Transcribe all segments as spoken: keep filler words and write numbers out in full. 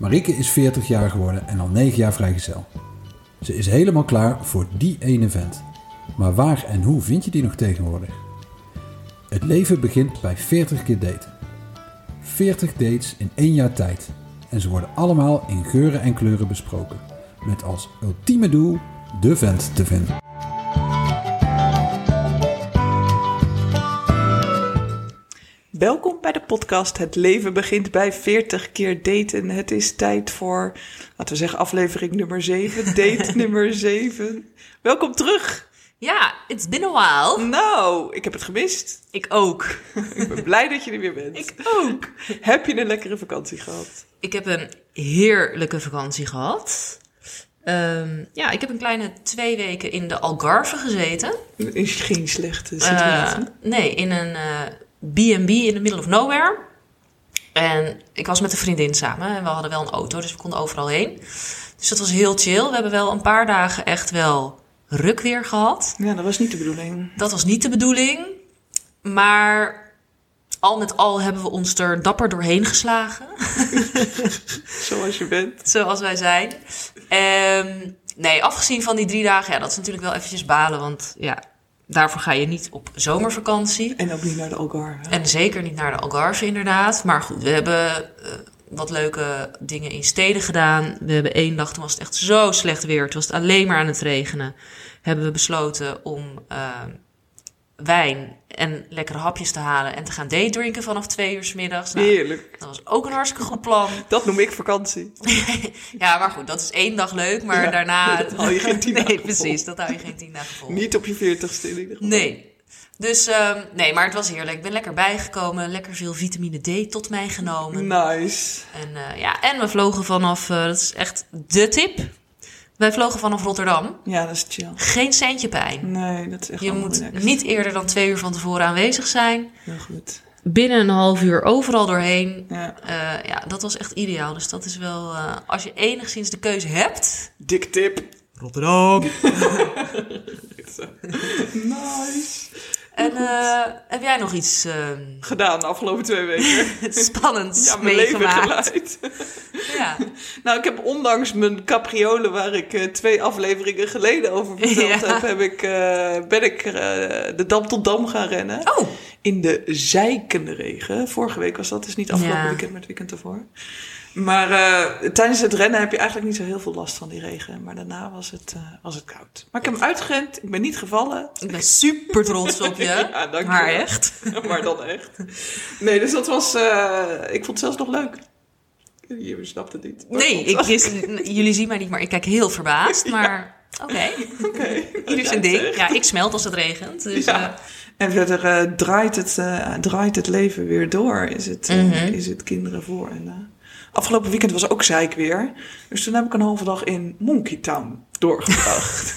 Marieke is veertig jaar geworden en al negen jaar vrijgezel. Ze is helemaal klaar voor die ene vent. Maar waar en hoe vind je die nog tegenwoordig? Het leven begint bij veertig keer daten. veertig dates in één jaar tijd. En ze worden allemaal in geuren en kleuren besproken. Met als ultieme doel de vent te vinden. Welkom bij de podcast Het leven begint bij veertig keer daten. Het is tijd voor, laten we zeggen, aflevering nummer zeven. Date nummer zeven. Welkom terug. Ja, it's been a while. Nou, ik heb het gemist. Ik ook. Ik ben blij dat je er weer bent. Ik ook. Heb je een lekkere vakantie gehad? Ik heb een heerlijke vakantie gehad. Um, ja, ik heb een kleine twee weken in de Algarve gezeten. Is geen slechte situatie? Uh, nee, in een uh, B en B in the middle of nowhere. En ik was met een vriendin samen en we hadden wel een auto, dus we konden overal heen. Dus dat was heel chill. We hebben wel een paar dagen echt wel rukweer gehad. Ja, dat was niet de bedoeling. Dat was niet de bedoeling. Maar al met al hebben we ons er dapper doorheen geslagen. Zoals je bent. Zoals wij zijn. Um, nee, afgezien van die drie dagen, ja, dat is natuurlijk wel eventjes balen. Want ja, daarvoor ga je niet op zomervakantie. En ook niet naar de Algarve. En zeker niet naar de Algarve, inderdaad. Maar goed, we hebben uh, wat leuke dingen in steden gedaan. We hebben één dag, toen was het echt zo slecht weer. Toen was het alleen maar aan het regenen. Hebben we besloten om uh, wijn en lekkere hapjes te halen en te gaan daydrinken vanaf twee uur 's middags. Nou, heerlijk. Dat was ook een hartstikke goed plan. Dat noem ik vakantie. Ja, maar goed, dat is één dag leuk, maar ja, daarna... Dat hou je geen tien nee, dagen Nee, precies, vol. dat hou je geen tien dagen vol. Niet op je veertigste in ieder geval. Nee. Dus, um, nee, maar het was heerlijk. Ik ben lekker bijgekomen, lekker veel vitamine D tot mij genomen. Nice. En, uh, ja, en we vlogen vanaf, uh, dat is echt de tip... Wij vlogen vanaf Rotterdam. Ja, dat is chill. Geen centje pijn. Nee, dat is echt Je moet relaxed. niet eerder dan twee uur van tevoren aanwezig zijn. Heel goed. Binnen een half uur overal doorheen. Ja, uh, ja, dat was echt ideaal. Dus dat is wel, uh, als je enigszins de keuze hebt... Dik tip. Rotterdam. Nice. En uh, heb jij nog iets uh, gedaan de afgelopen twee weken? spannends ja, mijn leven meegemaakt? geleid. Ja. Nou, ik heb ondanks mijn capriolen, waar ik uh, twee afleveringen geleden over verteld ja. heb, heb ik, uh, ben ik uh, de Dam tot Dam gaan rennen. Oh. In de zeikende regen. Vorige week was dat, dus niet afgelopen ja. weekend, maar het weekend ervoor. Maar uh, tijdens het rennen heb je eigenlijk niet zo heel veel last van die regen. Maar daarna was het, uh, was het koud. Maar ik heb hem uitgerend. Ik ben niet gevallen. Ik ben super trots op je. Ja, dank je. Maar echt. Maar dan echt. Nee, dus dat was... Uh, ik vond het zelfs nog leuk. Je snapt het niet. Nee, ik, is, jullie zien mij niet, maar ik kijk heel verbaasd. Maar oké. Okay. Okay. Ieder zijn ding. Ja, ik smelt als het regent. Dus, ja. uh, En verder uh, draait, het, uh, draait het leven weer door. Is het, uh, mm-hmm. is het kinderen voor. En, uh, afgelopen weekend was ook zeik weer. Dus toen heb ik een halve dag in Monkey Town doorgebracht.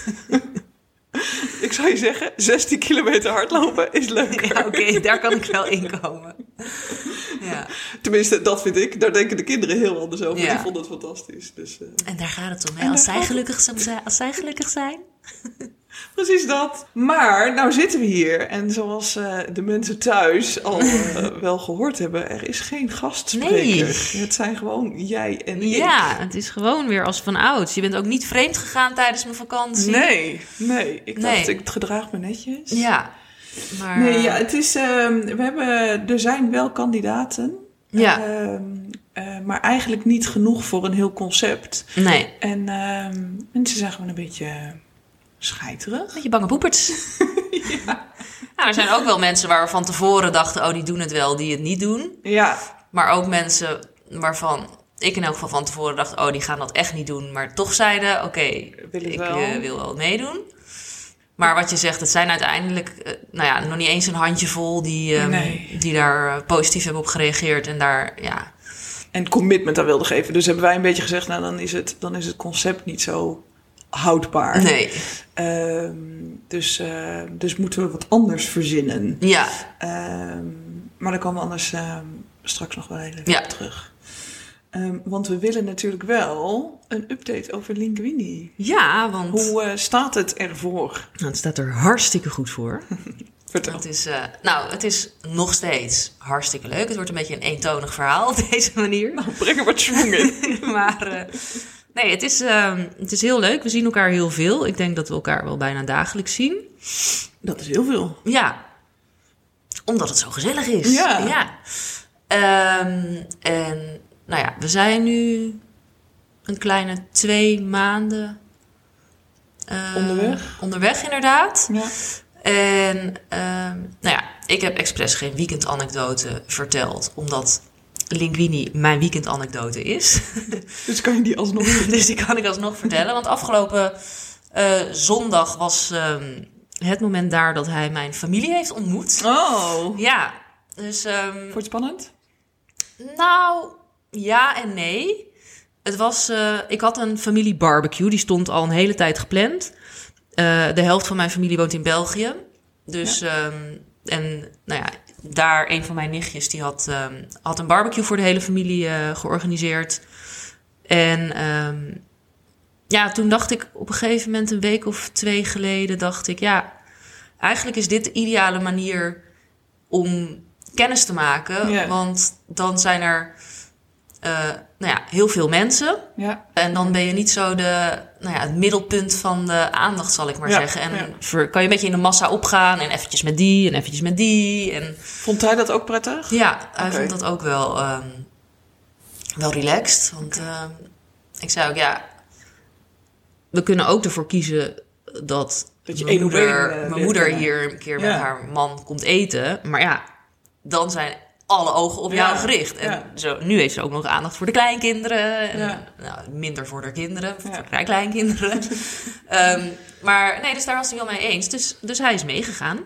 Ik zou je zeggen, zestien kilometer hardlopen is leuker. Ja, oké, okay, daar kan ik wel in komen. Ja. Tenminste, dat vind ik. Daar denken de kinderen heel anders over. Ja. Die vonden het fantastisch. Dus, uh... En daar gaat het om, hè? Als zij, gelukkig zijn, als zij gelukkig zijn. Precies dat. Maar, nou zitten we hier. En zoals uh, de mensen thuis al uh, wel gehoord hebben, er is geen gastspreker. Nee. Het zijn gewoon jij en ik. Ja, het is gewoon weer als van ouds. Je bent ook niet vreemd gegaan tijdens mijn vakantie. Nee, nee. Ik nee. dacht, ik gedraag me netjes. Ja. Maar... Nee, ja, het is... Uh, we hebben, er zijn wel kandidaten. Ja. Uh, uh, maar eigenlijk niet genoeg voor een heel concept. Nee. En uh, mensen zijn gewoon een beetje... scheiterig. Beetje bange poeperts. Ja. Nou, er zijn ook wel mensen waar we van tevoren dachten... oh, die doen het wel, die het niet doen. Ja. Maar ook mensen waarvan ik in elk geval van tevoren dacht... oh, die gaan dat echt niet doen. Maar toch zeiden, oké, okay, ik uh, wil wel meedoen. Maar wat je zegt, het zijn uiteindelijk... Uh, nou ja, nog niet eens een handjevol die, um, nee. die daar uh, positief hebben op gereageerd. En daar, ja... En commitment aan wilden geven. Dus hebben wij een beetje gezegd... nou, dan is het, dan is het concept niet zo... houdbaar. Nee. Uh, dus, uh, dus moeten we wat anders verzinnen. Ja. Uh, maar daar komen we anders uh, straks nog wel even ja. op terug. Um, want we willen natuurlijk wel een update over Linguini. Ja, want... Hoe uh, staat het ervoor? Nou, het staat er hartstikke goed voor. Vertel. Het is, uh, nou, het is nog steeds hartstikke leuk. Het wordt een beetje een eentonig verhaal op deze manier. Nou, breng er wat schwung in. maar uh, nee, het is, uh, het is heel leuk. We zien elkaar heel veel. Ik denk dat we elkaar wel bijna dagelijks zien. Dat is heel veel. Ja, omdat het zo gezellig is. Ja. ja. Um, en nou ja, we zijn nu een kleine twee maanden... Uh, onderweg? Onderweg, inderdaad. Ja. En um, nou ja, ik heb expres geen weekendanekdote verteld, omdat Linguini mijn weekendanekdote is. Dus kan je die alsnog Dus die kan ik alsnog vertellen. Want afgelopen uh, zondag was um, het moment daar dat hij mijn familie heeft ontmoet. Oh. Ja. Dus, um, Vond je het spannend? Nou, ja en nee. Het was, uh, ik had een familie barbecue, die stond al een hele tijd gepland. Uh, de helft van mijn familie woont in België. Dus, ja. um, en nou ja, daar een van mijn nichtjes, die had, um, had een barbecue voor de hele familie uh, georganiseerd. En um, ja, toen dacht ik op een gegeven moment, een week of twee geleden, dacht ik, ja, eigenlijk is dit de ideale manier om kennis te maken. Ja. Want dan zijn er uh, nou ja, heel veel mensen. Ja. En dan ben je niet zo de, nou ja, het middelpunt van de aandacht, zal ik maar ja. zeggen. En ja. ver, kan je een beetje in de massa opgaan en eventjes met die en eventjes met die. En vond hij dat ook prettig? Ja, hij okay. vond dat ook wel, um, wel relaxed. Want uh, ik zei ook, ja, we kunnen ook ervoor kiezen dat, dat je mijn moeder, een, uh, mijn moeder hier een keer ja. met haar man komt eten. Maar ja, dan zijn alle ogen op jou ja. gericht. En ja. zo, nu heeft ze ook nog aandacht voor de kleinkinderen. En, ja. nou, minder voor de kinderen, ja. voor de kleinkinderen. um, maar nee, dus daar was hij wel mee eens. Dus, dus hij is meegegaan.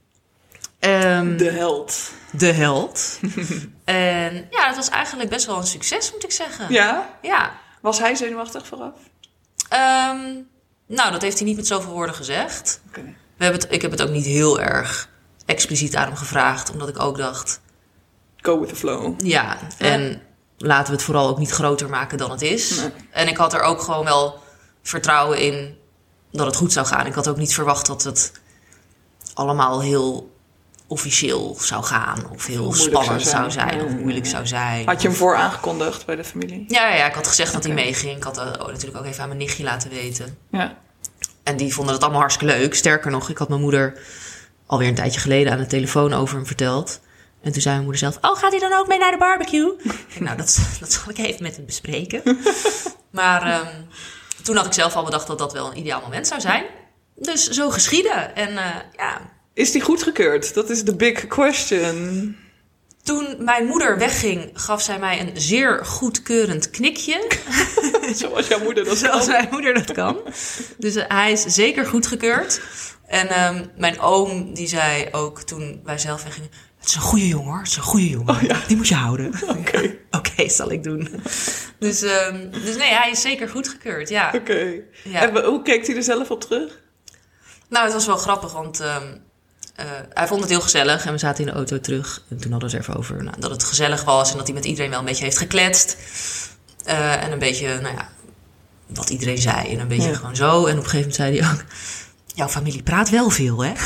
Um, de held. De held. En ja, dat was eigenlijk best wel een succes, moet ik zeggen. Ja? Ja. Was hij zenuwachtig vooraf? Um, nou, dat heeft hij niet met zoveel woorden gezegd. Okay. We hebben het, ik heb het ook niet heel erg expliciet aan hem gevraagd, omdat ik ook dacht... Go with the flow. Ja, en ja. laten we het vooral ook niet groter maken dan het is. Nee. En ik had er ook gewoon wel vertrouwen in dat het goed zou gaan. Ik had ook niet verwacht dat het allemaal heel officieel zou gaan. Of heel spannend zou zijn, zou zijn of moeilijk zou zijn. Had je hem voor aangekondigd bij de familie? Ja, ja, ik had gezegd dat okay. hij meeging. Ik had het oh, natuurlijk ook even aan mijn nichtje laten weten. Ja. En die vonden het allemaal hartstikke leuk. Sterker nog, ik had mijn moeder alweer een tijdje geleden aan de telefoon over hem verteld. En toen zei mijn moeder zelf, oh, gaat hij dan ook mee naar de barbecue? Ik, nou, dat, dat zal ik even met hem bespreken. Maar um, toen had ik zelf al bedacht dat dat wel een ideaal moment zou zijn. Dus zo geschieden. En uh, ja... Is die goedgekeurd? Dat is de big question. Toen mijn moeder wegging, gaf zij mij een zeer goedkeurend knikje. Zoals jouw moeder dat kan. Zoals mijn moeder dat kan. Dus uh, hij is zeker goedgekeurd. En um, mijn oom, die zei ook toen wij zelf weggingen... Het is een goede jongen hoor, het is een goede jongen. Oh, ja. Die moet je houden. Oké. Okay. Oké, okay, zal ik doen. Dus, um, dus nee, hij is zeker goedgekeurd, ja. Oké. Okay. Ja. En hoe keek hij er zelf op terug? Nou, het was wel grappig, want... Um, Uh, hij vond het heel gezellig en we zaten in de auto terug. En toen hadden we het er even over nou, dat het gezellig was... en dat hij met iedereen wel een beetje heeft gekletst. Uh, en een beetje, nou ja, wat iedereen zei. En een beetje ja. gewoon zo. En op een gegeven moment zei hij ook... Jouw familie praat wel veel, hè?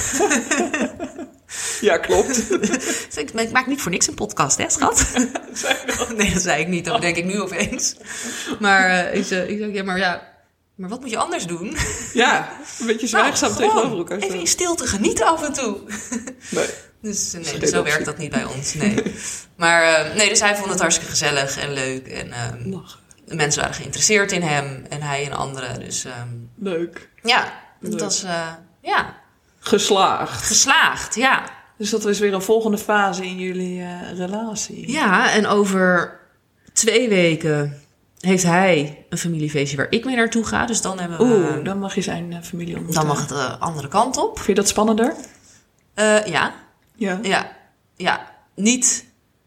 Ja, klopt. Dus ik, ik maak niet voor niks een podcast, hè, schat? Zei je dat? Nee, dat zei ik niet. Dat denk ik nu opeens. Maar uh, ik zei, ik zei ja, maar ja... Maar wat moet je anders doen? Ja, een beetje zwijgzaam nou, tegenover elkaar staan. Even in stilte genieten af en toe. Nee. Dus nee, dus zo werkt dat niet bij ons, nee. Maar uh, nee, dus hij vond het hartstikke gezellig en leuk. En uh, de mensen waren geïnteresseerd in hem en hij in anderen. Dus, um, leuk. Ja, leuk. Dat was, uh, ja. Geslaagd. Geslaagd, ja. Dus dat is weer een volgende fase in jullie uh, relatie. Ja, en over twee weken... heeft hij een familiefeestje waar ik mee naartoe ga. Dus dan hebben we... Oeh, dan mag je zijn uh, familie ontmoeten. Dan mag het de uh, andere kant op. Vind je dat spannender? Uh, ja. Ja. Ja. Ja. Niet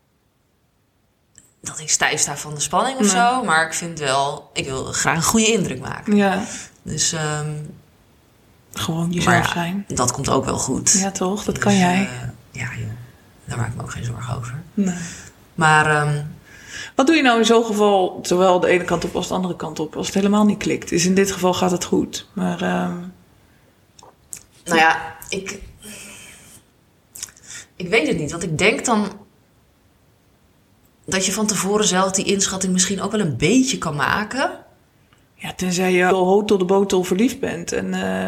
dat ik stijf sta van de spanning of nee. zo. Maar ik vind wel... Ik wil graag een goede indruk maken. Ja. Dus... Um, gewoon jezelf ja, zijn. Dat komt ook wel goed. Ja, toch? Dat dus, kan jij. Uh, ja, joh. Daar maak ik me ook geen zorgen over. Nee. Maar... Um, Wat doe je nou in zo'n geval, zowel de ene kant op als de andere kant op, als het helemaal niet klikt? Dus in dit geval gaat het goed, maar... Um... Nou ja, ik... ik weet het niet. Want ik denk dan dat je van tevoren zelf die inschatting misschien ook wel een beetje kan maken. Ja, tenzij je al hoog tot de botel verliefd bent en, uh,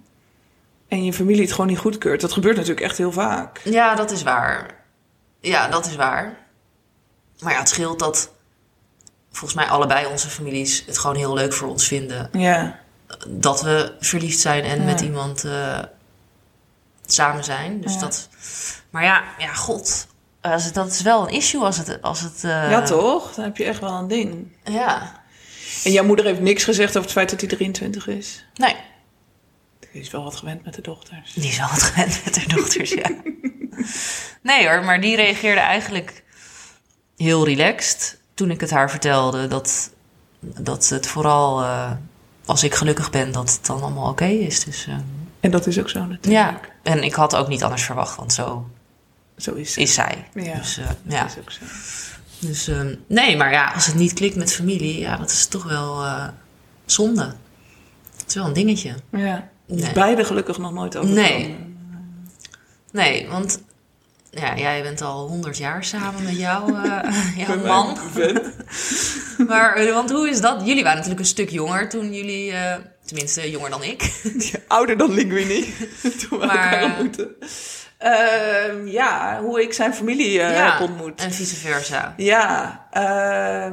en je familie het gewoon niet goedkeurt. Dat gebeurt natuurlijk echt heel vaak. Ja, dat is waar. Ja, dat is waar. Maar ja, het scheelt dat volgens mij allebei onze families het gewoon heel leuk voor ons vinden. Ja. Dat we verliefd zijn en ja. met iemand uh, samen zijn. Dus ja. dat. Maar ja, ja, god. Als het, dat is wel een issue als het. Als het uh... Ja, toch? Dan heb je echt wel een ding. Ja. En jouw moeder heeft niks gezegd over het feit dat hij drieëntwintig is? Nee. Die is wel wat gewend met de dochters. Die is wel wat gewend met haar dochters, ja. Nee hoor, maar die reageerde eigenlijk heel relaxed toen ik het haar vertelde. Dat, dat het vooral, uh, als ik gelukkig ben, dat het dan allemaal oké okay is. Dus, uh, en dat is ook zo natuurlijk. Ja, en ik had ook niet anders verwacht, want zo, zo is, is zij. Ja, dus, uh, dat ja. is ook zo. Dus uh, nee, maar ja, als het niet klikt met familie, ja, dat is toch wel uh, zonde. Het is wel een dingetje. Ja, nee. Dus beide gelukkig nog nooit overkomen. Nee. Nee, want ja, jij bent al honderd jaar samen met jou, uh, jouw man. Maar, want hoe is dat? Jullie waren natuurlijk een stuk jonger toen jullie, uh, tenminste jonger dan ik. Ja, ouder dan Linguini, toen we maar, elkaar ontmoetten. Uh, ja, hoe ik zijn familie uh, ja, heb ontmoet. En vice versa. Ja, uh,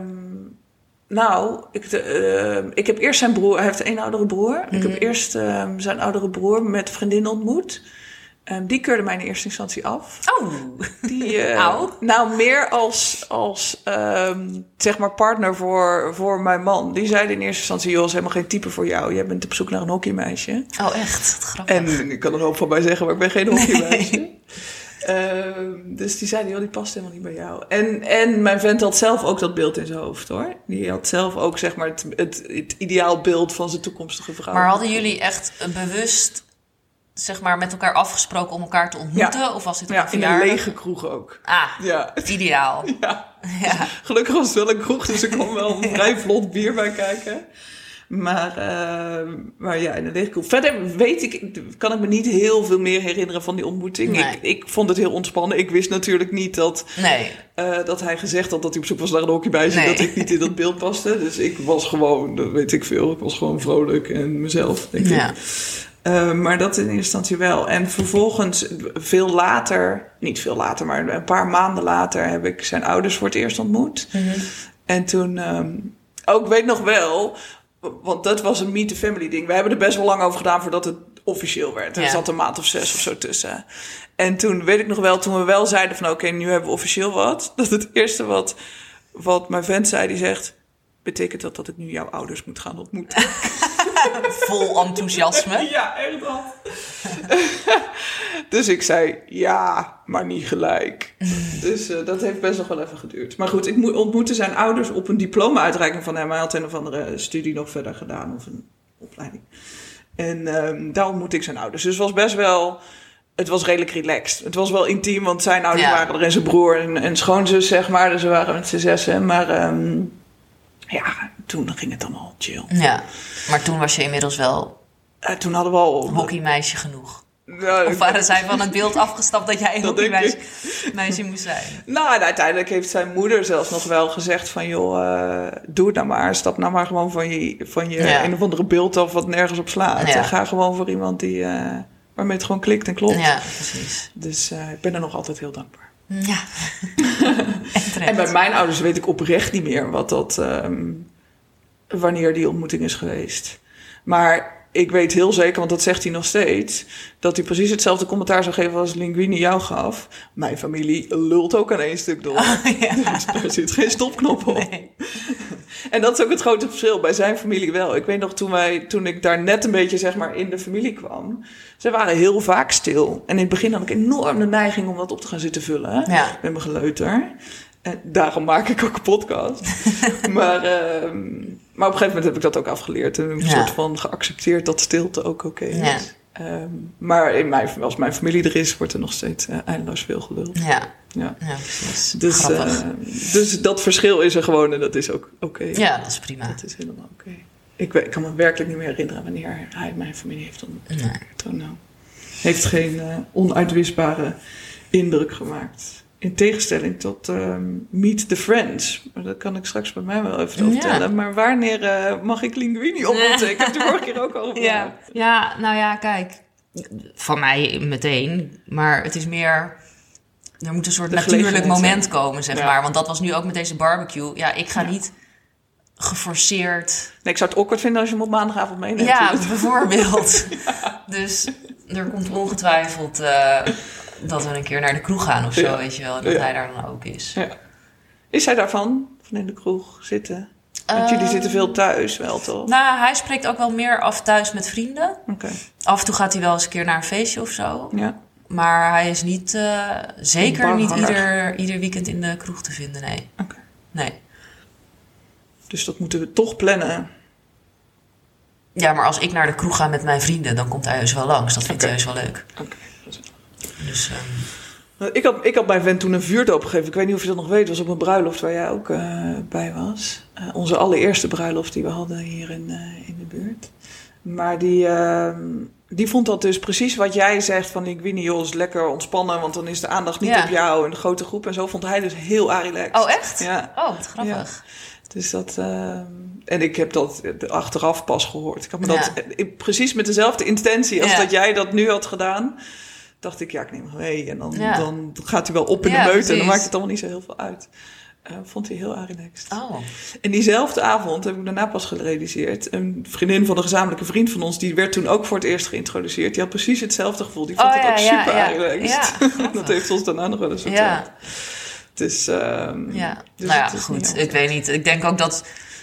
nou, ik, uh, ik heb eerst zijn broer, hij heeft een oudere broer. Mm-hmm. Ik heb eerst uh, zijn oudere broer met vriendin ontmoet. Um, die keurde mij in eerste instantie af. Oh, die, uh, nou meer als, als um, zeg maar partner voor, voor mijn man. Die zeiden in eerste instantie, joh, is helemaal geen type voor jou. Jij bent op zoek naar een hockeymeisje. Oh echt, wat grappig. En ik kan er een hoop van bij zeggen, maar ik ben geen hockeymeisje. Nee. Uh, dus die zeiden, joh, die past helemaal niet bij jou. En, en mijn vent had zelf ook dat beeld in zijn hoofd, hoor. Die had zelf ook, zeg maar, het, het, het ideaalbeeld van zijn toekomstige vrouw. Maar hadden jullie echt bewust, zeg maar, met elkaar afgesproken om elkaar te ontmoeten? Ja. Of was dit op ja, een verjaardag? in een lege kroeg ook. Ah, ja. Ideaal. Ja. Ja. Gelukkig was het wel een kroeg, dus er kwam wel een vrij vlot bier bij kijken. Maar, uh, maar ja, in een lege kroeg. Verder weet ik, kan ik me niet heel veel meer herinneren van die ontmoeting. Nee. Ik, ik vond het heel ontspannen. Ik wist natuurlijk niet dat, nee. uh, dat hij gezegd had dat hij op zoek was naar een hockeymeisje. Nee. Dat ik niet in dat beeld paste. Dus ik was gewoon, dat weet ik veel, ik was gewoon vrolijk en mezelf, denk ja. ik. Uh, maar dat in eerste instantie wel. En vervolgens, veel later, niet veel later, maar een paar maanden later heb ik zijn ouders voor het eerst ontmoet. Mm-hmm. En toen, um, ook ik weet nog wel, want dat was een meet the family ding. We hebben er best wel lang over gedaan voordat het officieel werd. Er ja. zat een maand of zes of zo tussen. En toen weet ik nog wel, toen we wel zeiden van oké, okay, nu hebben we officieel wat. Dat het eerste wat, wat mijn vent zei, die zegt, betekent dat dat ik nu jouw ouders moet gaan ontmoeten? Vol enthousiasme. Ja, echt dat. Dus ik zei, ja, maar niet gelijk. Dus uh, dat heeft best nog wel even geduurd. Maar goed, ik mo- ontmoette zijn ouders op een diploma-uitreiking van hem. Hij had een of andere studie nog verder gedaan, of een opleiding. En um, daar ontmoette ik zijn ouders. Dus het was best wel, het was redelijk relaxed. Het was wel intiem, want zijn ouders ja. waren er en zijn broer en, en schoonzus, zeg maar. Dus we waren met z'n zessen. Maar um, ja, toen ging het allemaal chill. Ja, maar toen was je inmiddels wel uh, toen hadden we al hockeymeisje genoeg. Nou, of waren zij van het beeld afgestapt dat jij een hockeymeisje meisje moest zijn? Nou, en uiteindelijk heeft zijn moeder zelfs nog wel gezegd van, joh, uh, doe het nou maar. Stap nou maar gewoon van je, van je ja. een of andere beeld af wat nergens op slaat. Ja. En ga gewoon voor iemand die, uh, waarmee het gewoon klikt en klopt. Ja, precies. Dus uh, ik ben er nog altijd heel dankbaar. Ja. En bij mijn ouders weet ik oprecht niet meer wat dat, um, wanneer die ontmoeting is geweest. Maar ik weet heel zeker, want dat zegt hij nog steeds, dat hij precies hetzelfde commentaar zou geven als Linguini jou gaf. Mijn familie lult ook aan één stuk door. Oh, ja. Dus daar zit geen stopknop op. Nee. En dat is ook het grote verschil. Bij zijn familie wel. Ik weet nog, toen, wij, toen ik daar net een beetje zeg maar in de familie kwam, ze waren heel vaak stil. En in het begin had ik enorm de neiging om dat op te gaan zitten vullen. Hè? Ja. Met mijn geleuter. En daarom maak ik ook een podcast. maar, uh, maar op een gegeven moment heb ik dat ook afgeleerd. En een ja. soort van geaccepteerd dat stilte ook oké okay is. Ja. Um, maar in mijn, als mijn familie er is, wordt er nog steeds uh, eindeloos veel geluld. Ja, ja. ja precies. Dus, uh, dus dat verschil is er gewoon en dat is ook oké. Okay. Ja, dat is prima. Dat is helemaal oké. Okay. Ik, ik kan me werkelijk niet meer herinneren wanneer hij mijn familie heeft ontmoet. Nee. Toen, nou, heeft geen uh, onuitwisbare indruk gemaakt. In tegenstelling tot um, Meet the Friends. Maar dat kan ik straks bij mij wel even vertellen. Ja. Maar wanneer uh, mag ik Linguini ontmoeten? Ja. Ik heb het de vorige keer ook al gevraagd. Ja. ja, nou ja, kijk. Van mij meteen. Maar het is meer... Er moet een soort de natuurlijk moment zijn. komen, zeg ja. maar. Want dat was nu ook met deze barbecue. Ja, ik ga ja. niet geforceerd... Nee, ik zou het awkward vinden als je hem op maandagavond meeneemt. Ja, bijvoorbeeld. ja. Dus er komt ongetwijfeld... Uh, dat we een keer naar de kroeg gaan of zo, ja. weet je wel. En dat ja. hij daar dan ook is. Ja. Is hij daarvan? Van in de kroeg zitten? Want uh, jullie zitten veel thuis wel, toch? Nou, hij spreekt ook wel meer af thuis met vrienden. Okay. Af en toe gaat hij wel eens een keer naar een feestje of zo. Ja. Maar hij is niet, uh, zeker niet ieder, ieder weekend in de kroeg te vinden, nee. Okay. Nee. Dus dat moeten we toch plannen. Ja, maar als ik naar de kroeg ga met mijn vrienden, dan komt hij heus wel langs. Dat vindt okay. hij heus wel leuk. Oké. Okay. Dus, um... ik, had, ik had bij Vent toen een vuurdoop gegeven. Ik weet niet of je dat nog weet. Het was op een bruiloft waar jij ook uh, bij was. Uh, onze allereerste bruiloft die we hadden hier in, uh, in de buurt. Maar die, uh, die vond dat dus precies wat jij zegt van Linguini, joh, is lekker ontspannen, want dan is de aandacht niet ja. op jou en de grote groep. En zo vond hij dus heel relaxed. Oh, echt? Ja. Oh, wat grappig. Ja. Dus dat... Uh, en ik heb dat achteraf pas gehoord. Ik had me dat ja. precies met dezelfde intentie als ja. dat jij dat nu had gedaan. Dacht ik, ja, ik neem hem mee. En dan, ja. dan gaat hij wel op in ja, de meute. En dan maakt het allemaal niet zo heel veel uit. Uh, vond hij heel relaxed. Oh. En diezelfde avond heb ik daarna pas gerealiseerd. Een vriendin van een gezamenlijke vriend van ons, die werd toen ook voor het eerst geïntroduceerd. Die had precies hetzelfde gevoel. Die vond oh, het ja, ook ja, super ja, relaxed. Ja, dat heeft ons daarna nog wel eens verteld. Ja. Dus, um, ja. dus nou ja, goed. Ik weet niet. Ik denk ook dat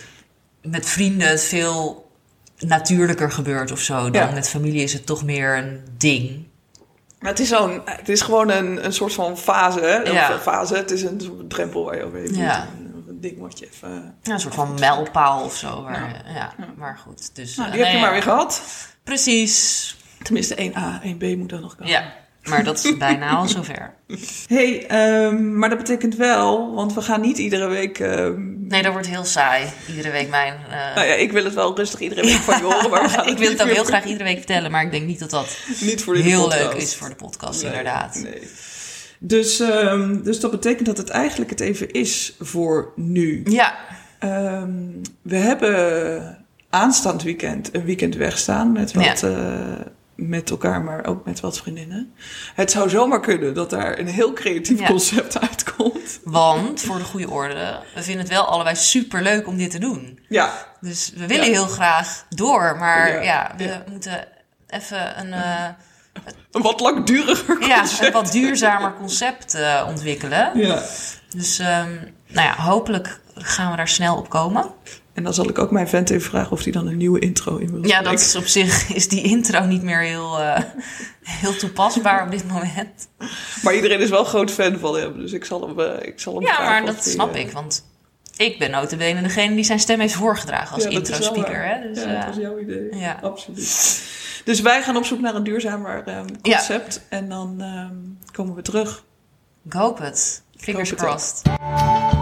met vrienden het veel natuurlijker gebeurt of zo. Dan ja. met familie is het toch meer een ding. Maar het is, zo'n, het is gewoon een, een soort van fase, hè? Ja. Of fase. Het is een soort drempel waar je overheen moet. Ja. Een, een ding wat je even... Ja, een soort van mijlpaal of zo. Waar, ja. Ja, ja. Maar goed. Dus, nou, die uh, heb je nee, maar weer gehad. Precies. Tenminste, één A, één B moet dan nog komen. Ja, maar dat is bijna al zover. Hey, um, maar dat betekent wel, want we gaan niet iedere week... Um... Nee, dat wordt heel saai. Iedere week mijn... Uh... Nou ja, ik wil het wel rustig iedere week van je horen. Maar we gaan ik wil het ook heel graag iedere week vertellen, maar ik denk niet dat dat niet voor heel leuk is voor de podcast, nee, inderdaad. Nee. Dus, um, dus dat betekent dat het eigenlijk het even is voor nu. Ja. Um, we hebben aanstaand weekend een weekend wegstaan met wat... Ja. Uh, met elkaar, maar ook met wat vriendinnen. Het zou zomaar kunnen dat daar een heel creatief ja. concept uitkomt. Want, voor de goede orde, we vinden het wel allebei super leuk om dit te doen. Ja. Dus we willen ja. heel graag door, maar ja, ja we ja. moeten even een... Uh, een wat langduriger concept. Ja, een wat duurzamer concept uh, ontwikkelen. Ja. Dus, um, nou ja, hopelijk gaan we daar snel op komen. En dan zal ik ook mijn vent even vragen of hij dan een nieuwe intro in wil spreken. Ja, dat is op zich is die intro niet meer heel, uh, heel toepasbaar op dit moment. Maar iedereen is wel groot fan van hem, dus ik zal hem, uh, ik zal hem ja, vragen. Ja, maar dat die, snap uh... ik, want ik ben nota bene degene die zijn stem heeft voorgedragen als ja, intro-speaker. Hè? Dus, ja, uh, dat was jouw idee. Ja. Absoluut. Dus wij gaan op zoek naar een duurzamer um, concept ja. en dan um, komen we terug. Ik hoop het. Fingers hoop het crossed.